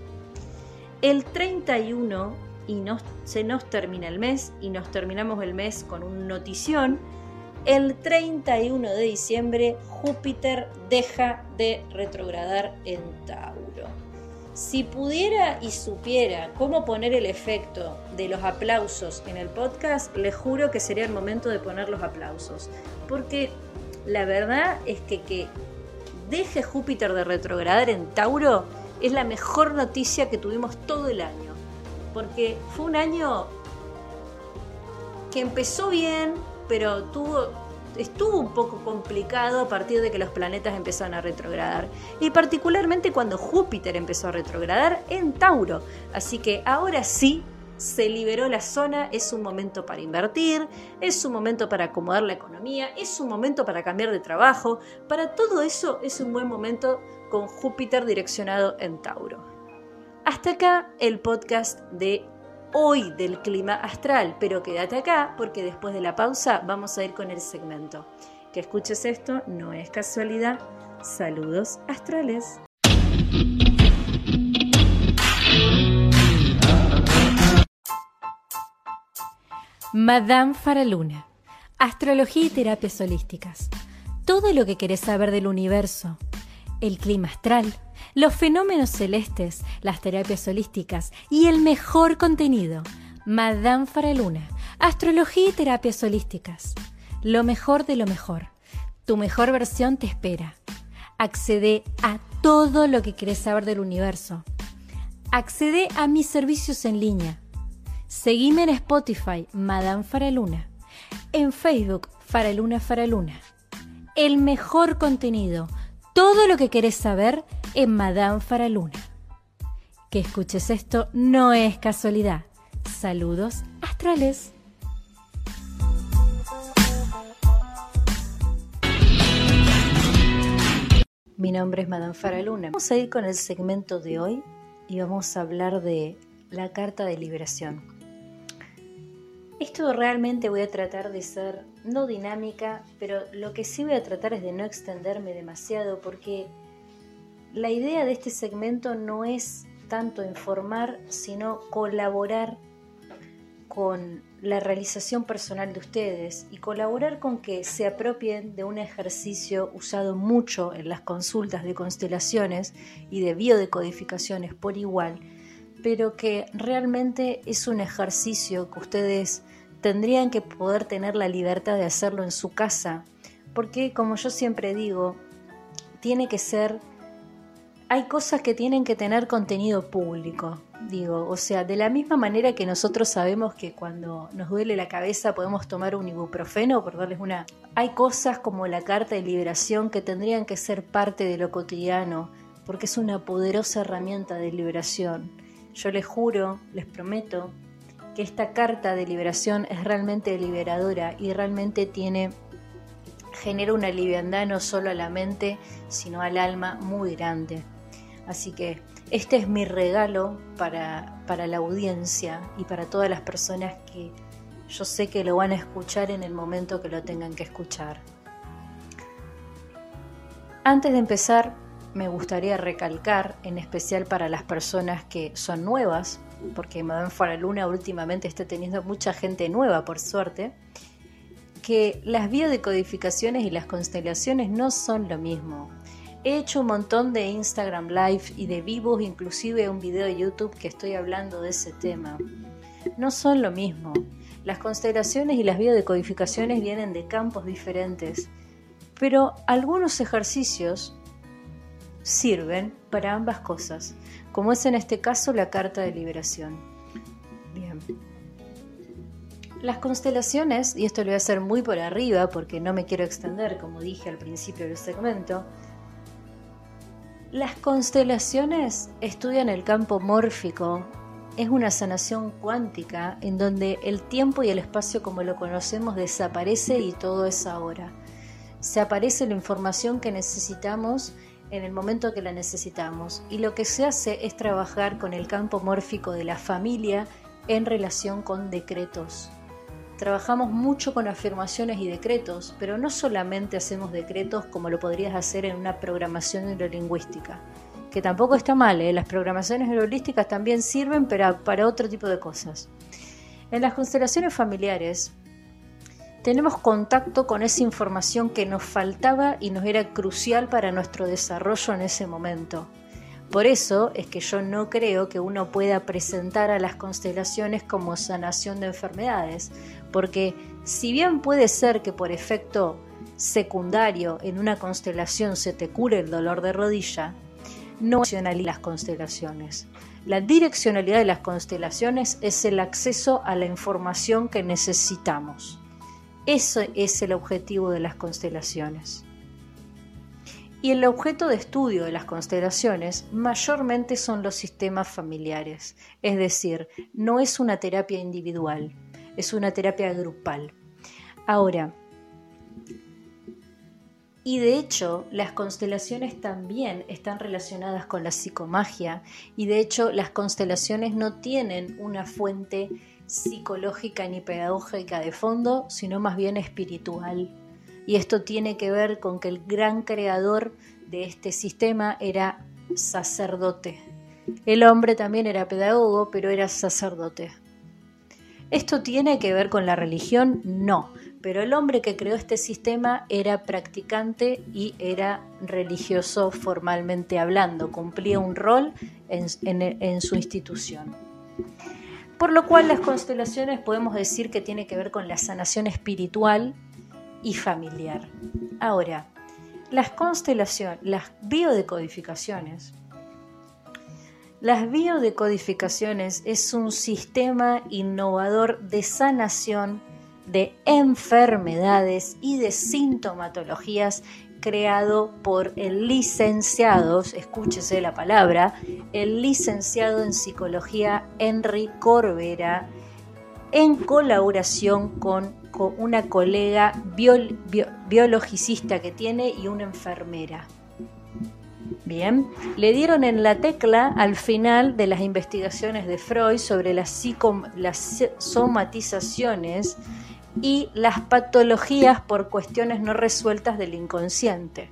El treinta y uno y nos, se nos termina el mes y nos terminamos el mes con un notición. El treinta y uno de diciembre Júpiter deja de retrogradar en Tauro. Si pudiera y supiera cómo poner el efecto de los aplausos en el podcast, les juro que sería el momento de poner los aplausos. Porque la verdad es que que deje Júpiter de retrogradar en Tauro es la mejor noticia que tuvimos todo el año. Porque fue un año que empezó bien, pero tuvo, estuvo un poco complicado a partir de que los planetas empezaron a retrogradar. Y particularmente cuando Júpiter empezó a retrogradar en Tauro. Así que ahora sí se liberó la zona, es un momento para invertir, es un momento para acomodar la economía, es un momento para cambiar de trabajo. Para todo eso es un buen momento con Júpiter direccionado en Tauro. Hasta acá el podcast de hoy del clima astral, pero quédate acá porque después de la pausa vamos a ir con el segmento. Que escuches esto no es casualidad. Saludos astrales. Madame Faraluna, astrología y terapias holísticas. Todo lo que querés saber del universo, el clima astral, los fenómenos celestes, las terapias holísticas y el mejor contenido. Madame Faraluna, astrología y terapias holísticas. Lo mejor de lo mejor. Tu mejor versión te espera. Accede a todo lo que querés saber del universo. Accede a mis servicios en línea. Seguime en Spotify, Madame Faraluna. En Facebook, Faraluna Faraluna. El mejor contenido, todo lo que querés saber en Madame Faraluna. Que escuches esto no es casualidad. Saludos astrales. Mi nombre es Madame Faraluna. Vamos a ir con el segmento de hoy y vamos a hablar de la carta de liberación. Esto realmente voy a tratar de ser no dinámica, pero lo que sí voy a tratar es de no extenderme demasiado porque la idea de este segmento no es tanto informar, sino colaborar con la realización personal de ustedes y colaborar con que se apropien de un ejercicio usado mucho en las consultas de constelaciones y de biodecodificaciones por igual, pero que realmente es un ejercicio que ustedes tendrían que poder tener la libertad de hacerlo en su casa, porque como yo siempre digo, tiene que ser, hay cosas que tienen que tener contenido público, digo, o sea, de la misma manera que nosotros sabemos que cuando nos duele la cabeza podemos tomar un ibuprofeno, por darles una, hay cosas como la carta de liberación que tendrían que ser parte de lo cotidiano, porque es una poderosa herramienta de liberación. Yo les juro, les prometo, que esta carta de liberación es realmente liberadora y realmente tiene, genera una liviandad no solo a la mente, sino al alma muy grande. Así que este es mi regalo para, para la audiencia y para todas las personas que yo sé que lo van a escuchar en el momento que lo tengan que escuchar. Antes de empezar, me gustaría recalcar, en especial para las personas que son nuevas, porque Madame Faraluna últimamente está teniendo mucha gente nueva, por suerte, que las biodecodificaciones y las constelaciones no son lo mismo. He hecho un montón de Instagram Live y de vivos, inclusive un video de YouTube que estoy hablando de ese tema. no son lo mismo. Las constelaciones y las biodecodificaciones vienen de campos diferentes, pero algunos ejercicios sirven para ambas cosas, como es en este caso la carta de liberación. Bien. Las constelaciones, y esto lo voy a hacer muy por arriba porque no me quiero extender, como dije al principio del segmento, las constelaciones estudian el campo mórfico. Es una sanación cuántica en donde el tiempo y el espacio como lo conocemos desaparece y todo es ahora. Se aparece la información que necesitamos en el momento que la necesitamos, y lo que se hace es trabajar con el campo mórfico de la familia en relación con decretos. Trabajamos mucho con afirmaciones y decretos, pero no solamente hacemos decretos como lo podrías hacer en una programación neurolingüística, que tampoco está mal, ¿eh? Las programaciones neurolingüísticas también sirven para, para otro tipo de cosas. En las constelaciones familiares tenemos contacto con esa información que nos faltaba y nos era crucial para nuestro desarrollo en ese momento. Por eso es que yo no creo que uno pueda presentar a las constelaciones como sanación de enfermedades, porque si bien puede ser que por efecto secundario en una constelación se te cure el dolor de rodilla, no direccionalidad las constelaciones. La direccionalidad de las constelaciones es el acceso a la información que necesitamos. Ese es el objetivo de las constelaciones. Y el objeto de estudio de las constelaciones mayormente son los sistemas familiares, es decir, no es una terapia individual, es una terapia grupal. Ahora, y de hecho las constelaciones también están relacionadas con la psicomagia, y de hecho las constelaciones no tienen una fuente psicológica ni pedagógica de fondo, sino más bien espiritual. Y esto tiene que ver con que el gran creador de este sistema era sacerdote. El hombre también era pedagogo, pero era sacerdote. ¿Esto tiene que ver con la religión? No, pero el hombre que creó este sistema era practicante y era religioso formalmente hablando, cumplía un rol en, en, en su institución. Por lo cual las constelaciones podemos decir que tiene que ver con la sanación espiritual y familiar. Ahora, las constelaciones, las biodecodificaciones, las biodecodificaciones es un sistema innovador de sanación de enfermedades y de sintomatologías creado por el licenciado, escúchese la palabra, el licenciado en psicología Henry Corbera, en colaboración con, con una colega biol, bio, biologicista que tiene y una enfermera. Bien, le dieron en la tecla al final de las investigaciones de Freud sobre las, psico, las somatizaciones y las patologías por cuestiones no resueltas del inconsciente.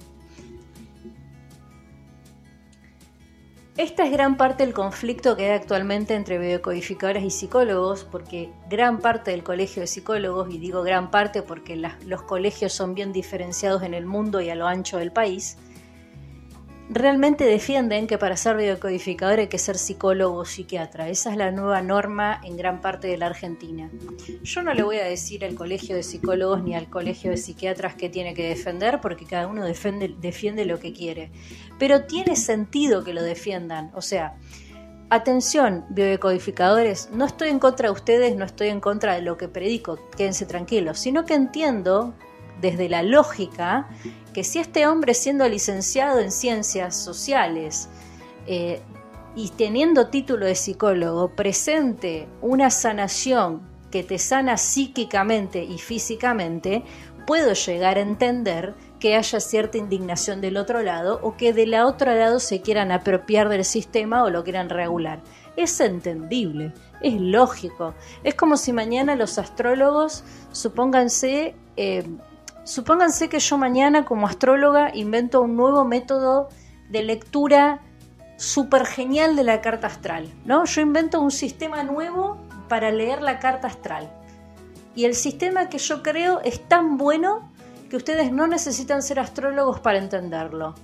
Esta es gran parte del conflicto que hay actualmente entre biodecodificadores y psicólogos, porque gran parte del colegio de psicólogos, y digo gran parte porque la, los colegios son bien diferenciados en el mundo y a lo ancho del país, realmente defienden que para ser biodecodificador hay que ser psicólogo o psiquiatra. Esa es la nueva norma en gran parte de la Argentina. Yo no le voy a decir al colegio de psicólogos ni al colegio de psiquiatras qué tiene que defender, porque cada uno defiende, defiende lo que quiere. Pero tiene sentido que lo defiendan. O sea, atención, biodecodificadores, no estoy en contra de ustedes, no estoy en contra de lo que predico, quédense tranquilos, sino que entiendo desde la lógica que si este hombre, siendo licenciado en ciencias sociales eh, y teniendo título de psicólogo, presente una sanación que te sana psíquicamente y físicamente, puedo llegar a entender que haya cierta indignación del otro lado, o que del otro lado se quieran apropiar del sistema o lo quieran regular. Es entendible, es lógico. Es como si mañana los astrólogos, supónganse... Eh, Supónganse que yo mañana como astróloga invento un nuevo método de lectura súper genial de la carta astral, ¿no? Yo invento un sistema nuevo para leer la carta astral. Y el sistema que yo creo es tan bueno que ustedes no necesitan ser astrólogos para entenderlo.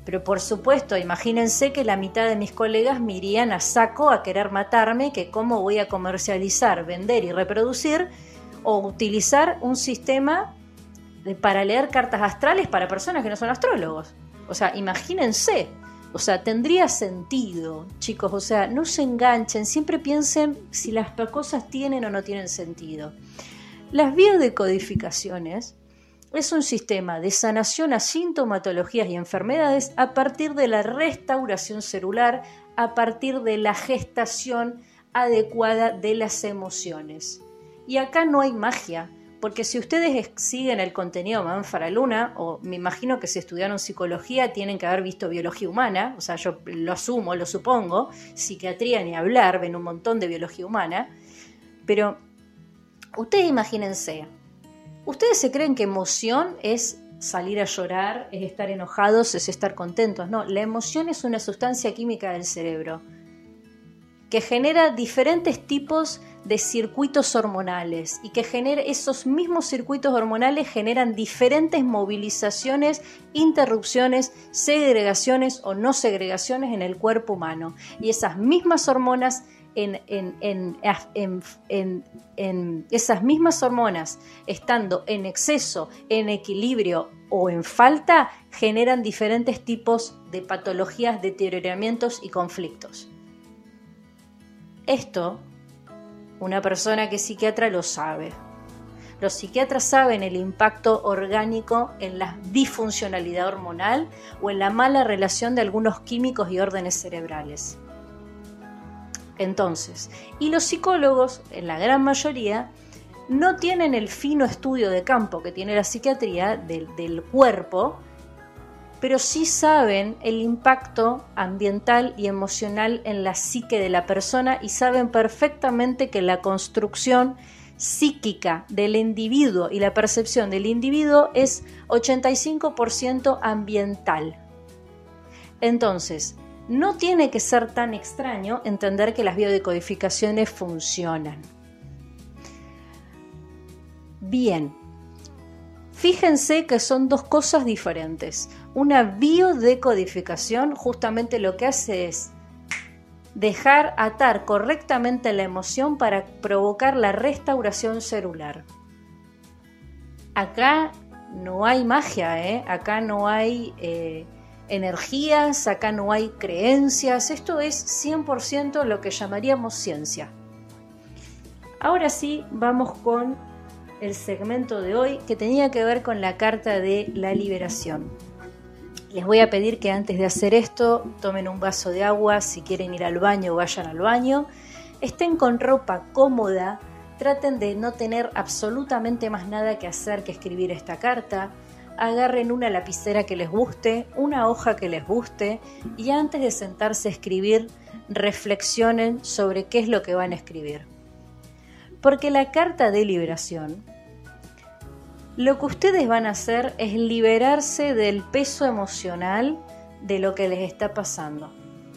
Pero por supuesto, imagínense que la mitad de mis colegas me irían a saco a querer matarme, que cómo voy a comercializar, vender y reproducir o utilizar un sistema de, para leer cartas astrales para personas que no son astrólogos. O sea, imagínense. O sea, tendría sentido, chicos. O sea, no se enganchen, siempre piensen si las cosas tienen o no tienen sentido. Las biodecodificaciones es un sistema de sanación a sintomatologías y enfermedades a partir de la restauración celular, a partir de la gestación adecuada de las emociones. Y acá no hay magia, porque si ustedes siguen el contenido de Madame Faraluna, o me imagino que si estudiaron psicología tienen que haber visto biología humana, o sea, yo lo asumo, lo supongo, psiquiatría ni hablar, ven un montón de biología humana, pero ustedes imagínense, ¿ustedes se creen que emoción es salir a llorar, es estar enojados, es estar contentos? No, la emoción es una sustancia química del cerebro que genera diferentes tipos de circuitos hormonales y que genera esos mismos circuitos hormonales generan diferentes movilizaciones, interrupciones, segregaciones o no segregaciones en el cuerpo humano. Y esas mismas hormonas En, en, en, en, en, en esas mismas hormonas, estando en exceso, en equilibrio o en falta, generan diferentes tipos de patologías, deterioramientos y conflictos. Esto, una persona que es psiquiatra lo sabe. Los psiquiatras saben el impacto orgánico en la disfuncionalidad hormonal o en la mala relación de algunos químicos y órdenes cerebrales. Entonces, y los psicólogos, en la gran mayoría, no tienen el fino estudio de campo que tiene la psiquiatría del, del cuerpo, pero sí saben el impacto ambiental y emocional en la psique de la persona y saben perfectamente que la construcción psíquica del individuo y la percepción del individuo es ochenta y cinco por ciento ambiental. Entonces, no tiene que ser tan extraño entender que las biodecodificaciones funcionan. Bien, fíjense que son dos cosas diferentes. Una biodecodificación justamente lo que hace es dejar atar correctamente la emoción para provocar la restauración celular. Acá no hay magia, ¿eh? Acá no hay eh, energías, acá no hay creencias, esto es cien por ciento lo que llamaríamos ciencia. Ahora sí, vamos con el segmento de hoy que tenía que ver con la carta de la liberación. Les voy a pedir que antes de hacer esto tomen un vaso de agua, si quieren ir al baño vayan al baño, estén con ropa cómoda, traten de no tener absolutamente más nada que hacer que escribir esta carta. Agarren una lapicera que les guste, una hoja que les guste y antes de sentarse a escribir, reflexionen sobre qué es lo que van a escribir. Porque la carta de liberación, lo que ustedes van a hacer es liberarse del peso emocional de lo que les está pasando.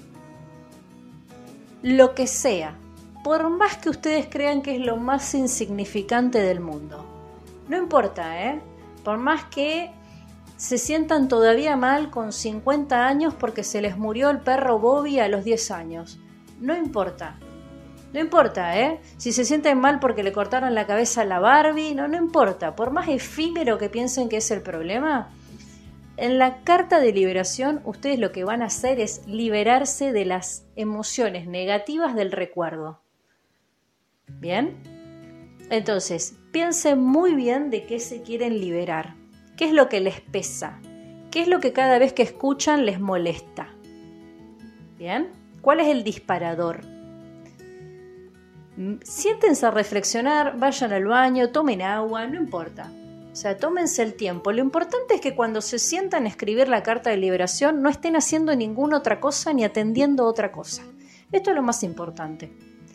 Lo que sea, por más que ustedes crean que es lo más insignificante del mundo. No importa, ¿eh? Por más que se sientan todavía mal con cincuenta años porque se les murió el perro Bobby a los diez años. No importa. No importa, ¿eh? Si se sienten mal porque le cortaron la cabeza a la Barbie, no, no importa. Por más efímero que piensen que es el problema, en la carta de liberación ustedes lo que van a hacer es liberarse de las emociones negativas del recuerdo. ¿Bien? Entonces, piensen muy bien de qué se quieren liberar. ¿Qué es lo que les pesa? ¿Qué es lo que cada vez que escuchan les molesta? ¿Bien? ¿Cuál es el disparador? Siéntense a reflexionar, vayan al baño, tomen agua, no importa. O sea, tómense el tiempo. Lo importante es que cuando se sientan a escribir la carta de liberación no estén haciendo ninguna otra cosa ni atendiendo otra cosa. Esto es lo más importante.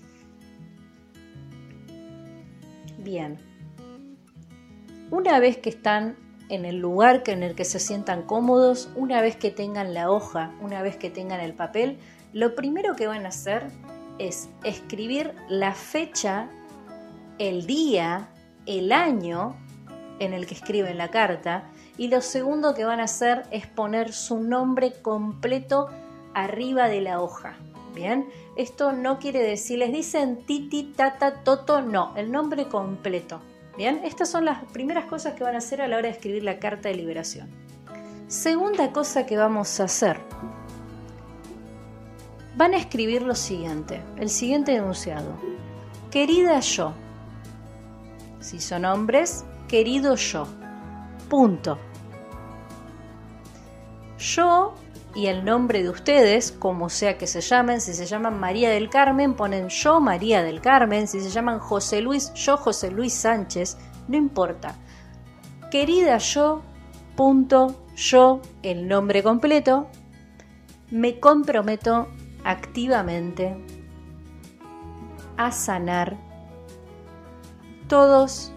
Bien. Una vez que están en el lugar en el que se sientan cómodos, una vez que tengan la hoja, una vez que tengan el papel, lo primero que van a hacer es escribir la fecha, el día, el año en el que escriben la carta Y lo segundo que van a hacer es poner su nombre completo arriba de la hoja. Bien, esto no quiere decir, les dicen titi, tata, toto, no, el nombre completo. Bien, estas son las primeras cosas que van a hacer a la hora de escribir la carta de liberación. Segunda cosa que vamos a hacer. Van a escribir lo siguiente, el siguiente enunciado. Querida yo. Si son hombres, querido yo. Punto. Yo y el nombre de ustedes, como sea que se llamen, si se llaman María del Carmen, ponen yo María del Carmen, si se llaman José Luis, yo José Luis Sánchez, no importa. Querida yo, punto, yo, el nombre completo, me comprometo activamente a sanar todos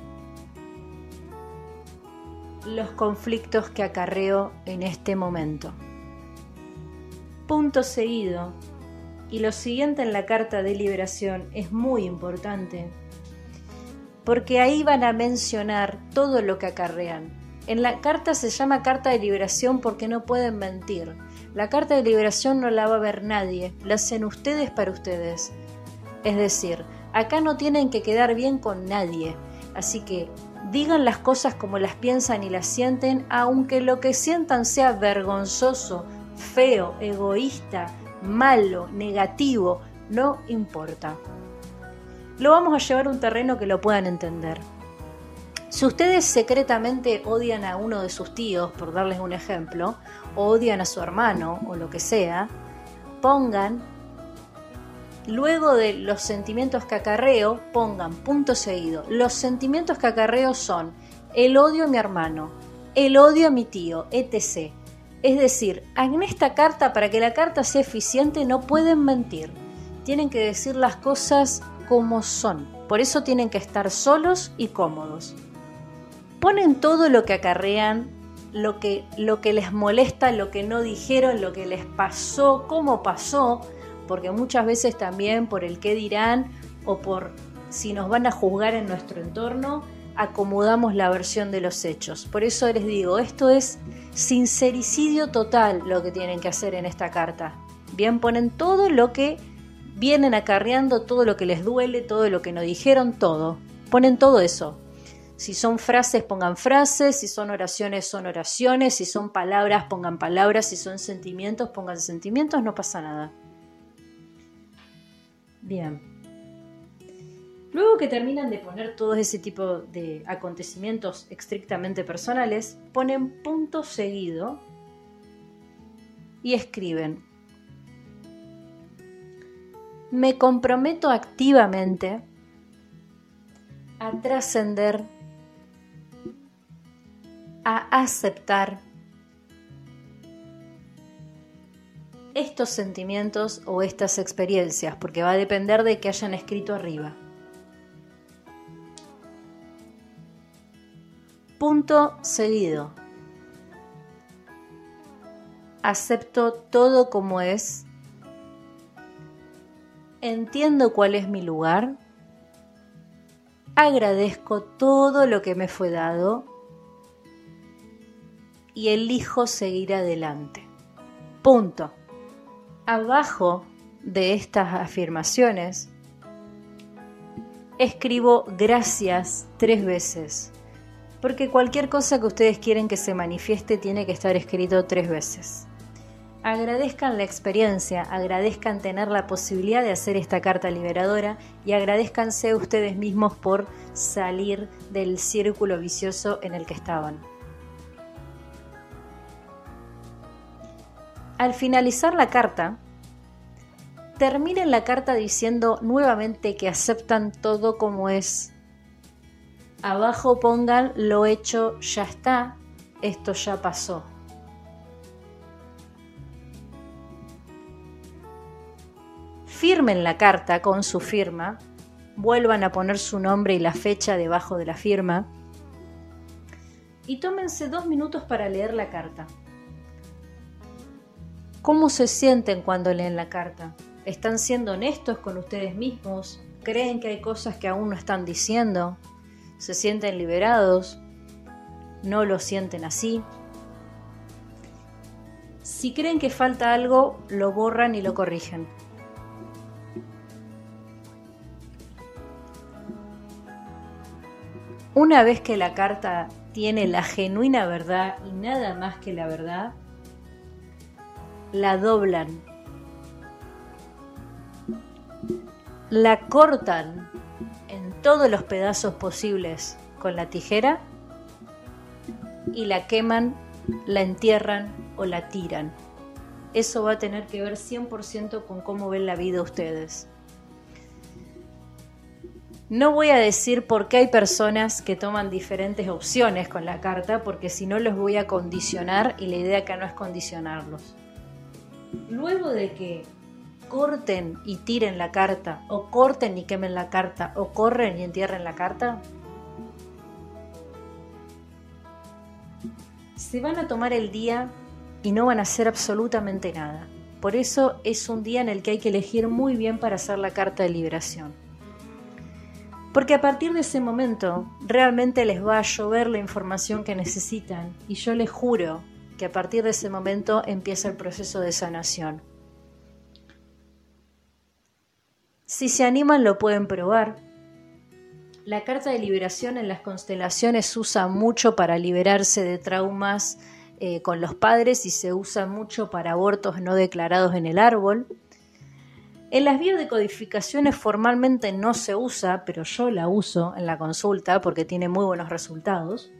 los conflictos que acarreo en este momento. Punto seguido. Y lo siguiente en la carta de liberación es muy importante, porque ahí van a mencionar todo lo que acarrean. En la carta se llama carta de liberación porque no pueden mentir. La carta de liberación no la va a ver nadie, la hacen ustedes para ustedes. Es decir, acá no tienen que quedar bien con nadie, así que digan las cosas como las piensan y las sienten, aunque lo que sientan sea vergonzoso, feo, egoísta, malo, negativo, no importa. Lo vamos a llevar a un terreno que lo puedan entender. Si ustedes secretamente odian a uno de sus tíos, por darles un ejemplo, o odian a su hermano o lo que sea, pongan, luego de los sentimientos que acarreo, pongan punto seguido. Los sentimientos que acarreo son el odio a mi hermano, el odio a mi tío, etcétera. Es decir, en esta carta, para que la carta sea eficiente, no pueden mentir. Tienen que decir las cosas como son. Por eso tienen que estar solos y cómodos. Ponen todo lo que acarrean, lo que, lo que les molesta, lo que no dijeron, lo que les pasó, cómo pasó, porque muchas veces también por el qué dirán o por si nos van a juzgar en nuestro entorno, acomodamos la versión de los hechos. Por eso les digo, esto es sincericidio total lo que tienen que hacer en esta carta. Bien, ponen todo lo que vienen acarreando, todo lo que les duele, todo lo que no dijeron, todo. Ponen todo eso. Si son frases, pongan frases, si son oraciones, son oraciones, si son palabras, pongan palabras, si son sentimientos, pongan sentimientos, no pasa nada. Bien. Luego que terminan de poner todo ese tipo de acontecimientos estrictamente personales, ponen punto seguido y escriben: me comprometo activamente a trascender, a aceptar estos sentimientos o estas experiencias, porque va a depender de que hayan escrito arriba. Punto seguido. Acepto todo como es. Entiendo cuál es mi lugar. Agradezco todo lo que me fue dado. Y elijo seguir adelante. Punto. Abajo de estas afirmaciones escribo gracias tres veces. Porque cualquier cosa que ustedes quieren que se manifieste tiene que estar escrito tres veces. Agradezcan la experiencia, agradezcan tener la posibilidad de hacer esta carta liberadora y agradézcanse a ustedes mismos por salir del círculo vicioso en el que estaban. Al finalizar la carta, terminen la carta diciendo nuevamente que aceptan todo como es. Abajo pongan lo hecho ya está, esto ya pasó. Firmen la carta con su firma, vuelvan a poner su nombre y la fecha debajo de la firma y tómense dos minutos para leer la carta. ¿Cómo se sienten cuando leen la carta? ¿Están siendo honestos con ustedes mismos? ¿Creen que hay cosas que aún no están diciendo? ¿Se sienten liberados? no lo sienten así. Si creen que falta algo, lo borran y lo corrigen. Una vez que la carta tiene la genuina verdad y nada más que la verdad, la doblan, la cortan en todos los pedazos posibles con la tijera y la queman, la entierran o la tiran. Eso va a tener que ver cien por ciento con cómo ven la vida ustedes. No voy a decir por qué hay personas que toman diferentes opciones con la carta, porque si no los voy a condicionar y la idea acá no es condicionarlos. Luego de que corten y tiren la carta, o corten y quemen la carta, o corren y entierren la carta, se van a tomar el día y no van a hacer absolutamente nada. Por eso es un día en el que hay que elegir muy bien para hacer la carta de liberación. Porque a partir de ese momento realmente les va a llover la información que necesitan, y yo les juro que a partir de ese momento empieza el proceso de sanación. Si se animan lo pueden probar. La carta de liberación en las constelaciones se usa mucho para liberarse de traumas eh, con los padres y se usa mucho para abortos no declarados en el árbol. En las biodecodificaciones formalmente no se usa, pero yo la uso en la consulta porque tiene muy buenos resultados.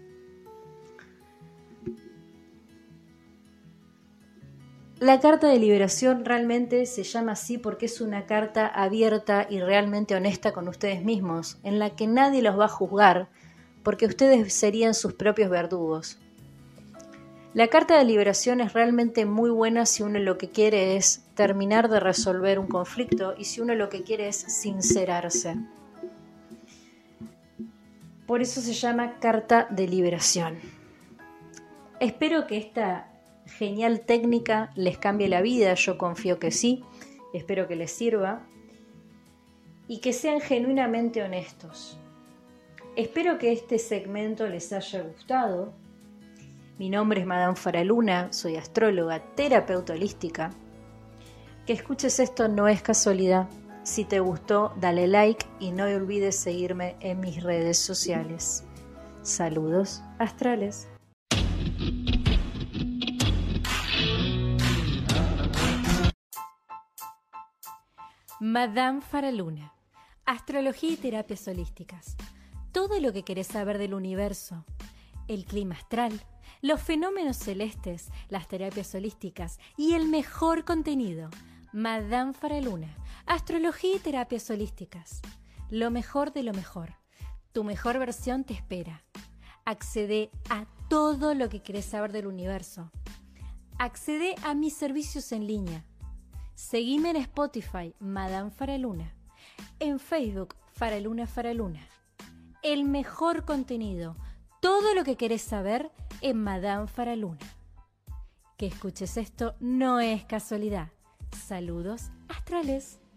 La carta de liberación realmente se llama así porque es una carta abierta y realmente honesta con ustedes mismos, en la que nadie los va a juzgar, porque ustedes serían sus propios verdugos. La carta de liberación es realmente muy buena si uno lo que quiere es terminar de resolver un conflicto y si uno lo que quiere es sincerarse. Por eso se llama carta de liberación. Espero que esta genial técnica les cambie la vida, yo confío que sí, espero que les sirva y que sean genuinamente honestos. Espero que este segmento les haya gustado. Mi nombre es Madame Faraluna, soy astróloga, terapeuta holística. Que escuches esto no es casualidad. Si te gustó, dale like y no olvides seguirme en mis redes sociales. Saludos astrales. Madame Faraluna, astrología y terapias holísticas. Todo lo que querés saber del universo, el clima astral, los fenómenos celestes, las terapias holísticas y el mejor contenido. Madame Faraluna, astrología y terapias holísticas. Lo mejor de lo mejor. Tu mejor versión te espera. Accede a todo lo que querés saber del universo. Accede a mis servicios en línea. Seguime en Spotify, Madame Faraluna. En Facebook, Faraluna Faraluna. El mejor contenido. Todo lo que querés saber en Madame Faraluna. Que escuches esto no es casualidad. Saludos astrales.